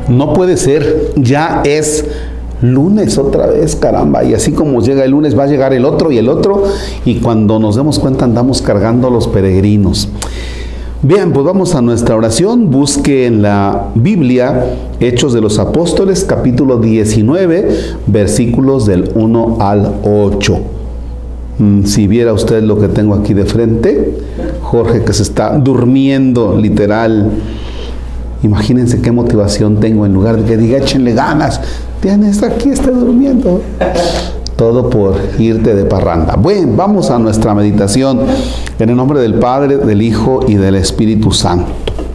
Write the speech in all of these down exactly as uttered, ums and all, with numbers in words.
No puede ser, ya es lunes otra vez, caramba, y así como llega el lunes va a llegar el otro y el otro, y cuando nos demos cuenta andamos cargando a los peregrinos. Bien, pues vamos a nuestra oración. Busque en la Biblia Hechos de los Apóstoles, capítulo diecinueve, versículos del uno al ocho. Si viera usted lo que tengo aquí de frente, Jorge que se está durmiendo, literal. Imagínense qué motivación tengo, en lugar de que diga échenle ganas, tienes aquí, está durmiendo. Todo por irte de parranda. Bueno, vamos a nuestra meditación en el nombre del Padre, del Hijo y del Espíritu Santo.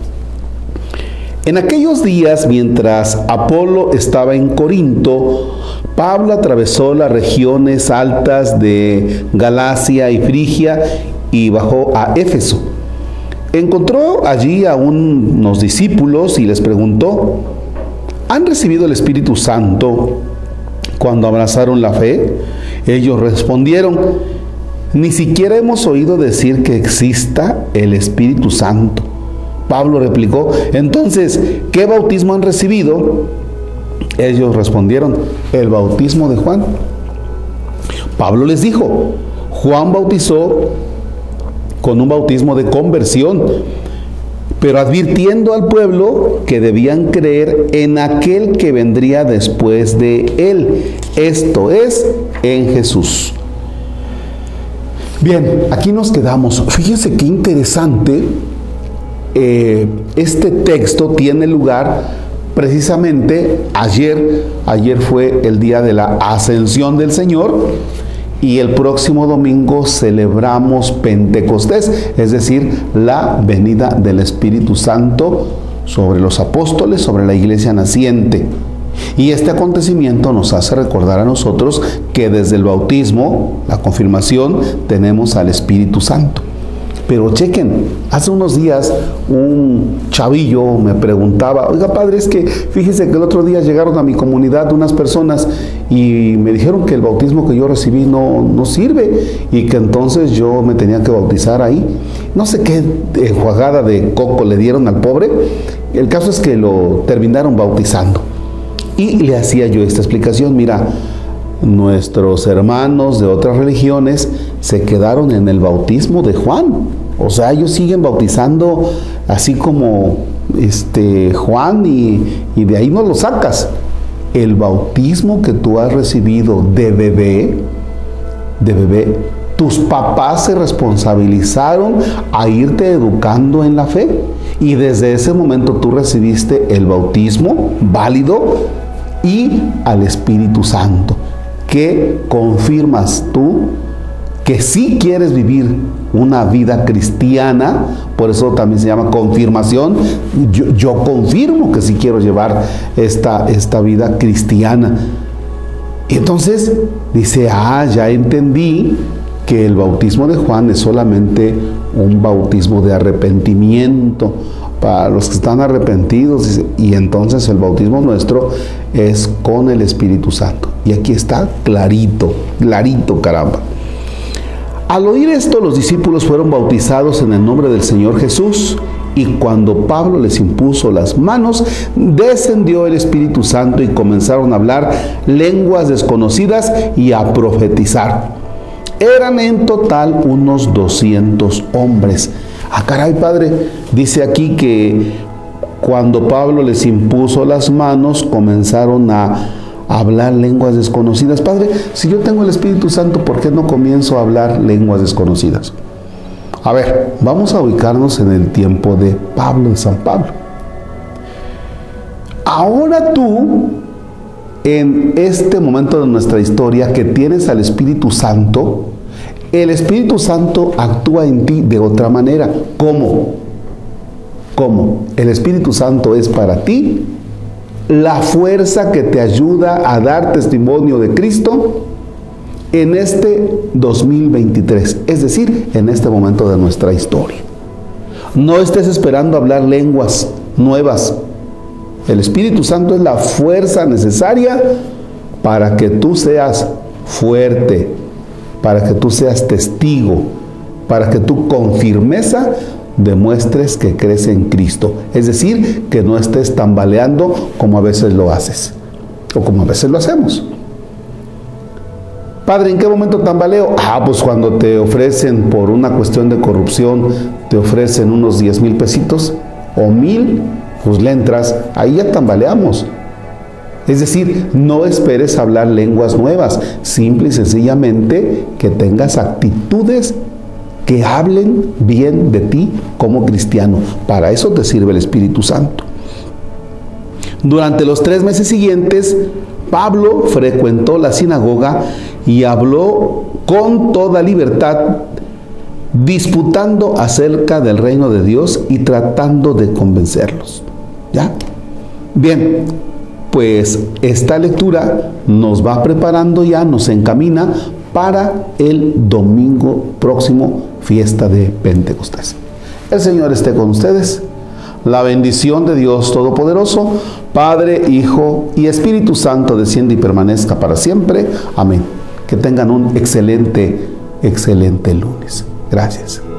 En aquellos días, mientras Apolo estaba en Corinto, Pablo atravesó las regiones altas de Galacia y Frigia y bajó a Éfeso. Encontró allí a unos discípulos y les preguntó: ¿han recibido el Espíritu Santo cuando abrazaron la fe? Ellos respondieron: ni siquiera hemos oído decir que exista el Espíritu Santo. Pablo replicó: entonces, ¿qué bautismo han recibido? Ellos respondieron: el bautismo de Juan. Pablo les dijo: Juan bautizó con un bautismo de conversión, pero advirtiendo al pueblo que debían creer en aquel que vendría después de él, esto es, en Jesús. Bien, aquí nos quedamos. Fíjense qué interesante. Eh, este texto tiene lugar precisamente ayer. Ayer fue el día de la ascensión del Señor. Y el próximo domingo celebramos Pentecostés, es decir, la venida del Espíritu Santo sobre los apóstoles, sobre la iglesia naciente. Y este acontecimiento nos hace recordar a nosotros que desde el bautismo, la confirmación, tenemos al Espíritu Santo. Pero chequen, hace unos días un chavillo me preguntaba: oiga padre, es que fíjese que el otro día llegaron a mi comunidad unas personas y me dijeron que el bautismo que yo recibí no, no sirve y que entonces yo me tenía que bautizar ahí. No sé qué enjuagada de coco le dieron al pobre. El caso es que lo terminaron bautizando. Y le hacía yo esta explicación: mira, nuestros hermanos de otras religiones se quedaron en el bautismo de Juan. O sea, ellos siguen bautizando así como este Juan y, y de ahí no lo sacas. El bautismo que tú has recibido de bebé, de bebé, tus papás se responsabilizaron a irte educando en la fe. Y desde ese momento tú recibiste el bautismo válido y al Espíritu Santo, que confirmas tú que sí quieres vivir una vida cristiana. Por eso también se llama confirmación. Yo, yo confirmo que sí quiero llevar esta, esta vida cristiana. Y entonces dice: ah, ya entendí que el bautismo de Juan es solamente un bautismo de arrepentimiento para los que están arrepentidos, y entonces el bautismo nuestro es con el Espíritu Santo. Y aquí está clarito, clarito, caramba. Al oír esto, los discípulos fueron bautizados en el nombre del Señor Jesús, y cuando Pablo les impuso las manos, descendió el Espíritu Santo y comenzaron a hablar lenguas desconocidas y a profetizar. Eran en total unos doscientos hombres. Ah, caray, padre, dice aquí que cuando Pablo les impuso las manos, comenzaron a hablar lenguas desconocidas. Padre, si yo tengo el Espíritu Santo, ¿por qué no comienzo a hablar lenguas desconocidas? A ver, vamos a ubicarnos en el tiempo de Pablo, en San Pablo. Ahora tú, en este momento de nuestra historia que tienes al Espíritu Santo, el Espíritu Santo actúa en ti de otra manera. ¿Cómo? ¿Cómo? El Espíritu Santo es para ti la fuerza que te ayuda a dar testimonio de Cristo en este dos mil veintitrés, es decir, en este momento de nuestra historia. No estés esperando hablar lenguas nuevas. El Espíritu Santo es la fuerza necesaria para que tú seas fuerte, para que tú seas testigo, para que tú con firmeza demuestres que crees en Cristo. Es decir, que no estés tambaleando como a veces lo haces, o como a veces lo hacemos. Padre, ¿en qué momento tambaleo? Ah, pues cuando te ofrecen por una cuestión de corrupción, te ofrecen unos diez mil pesitos o mil, pues le entras, ahí ya tambaleamos. Es decir, no esperes hablar lenguas nuevas, simple y sencillamente que tengas actitudes que hablen bien de ti como cristiano. Para eso te sirve el Espíritu Santo. Durante los tres meses siguientes, Pablo frecuentó la sinagoga y habló con toda libertad, disputando acerca del reino de Dios y tratando de convencerlos. ¿Ya? Bien, pues esta lectura nos va preparando ya, nos encamina para el domingo próximo, fiesta de Pentecostés. El Señor esté con ustedes. La bendición de Dios Todopoderoso, Padre, Hijo y Espíritu Santo, descienda y permanezca para siempre. Amén. Que tengan un excelente, excelente lunes. Gracias.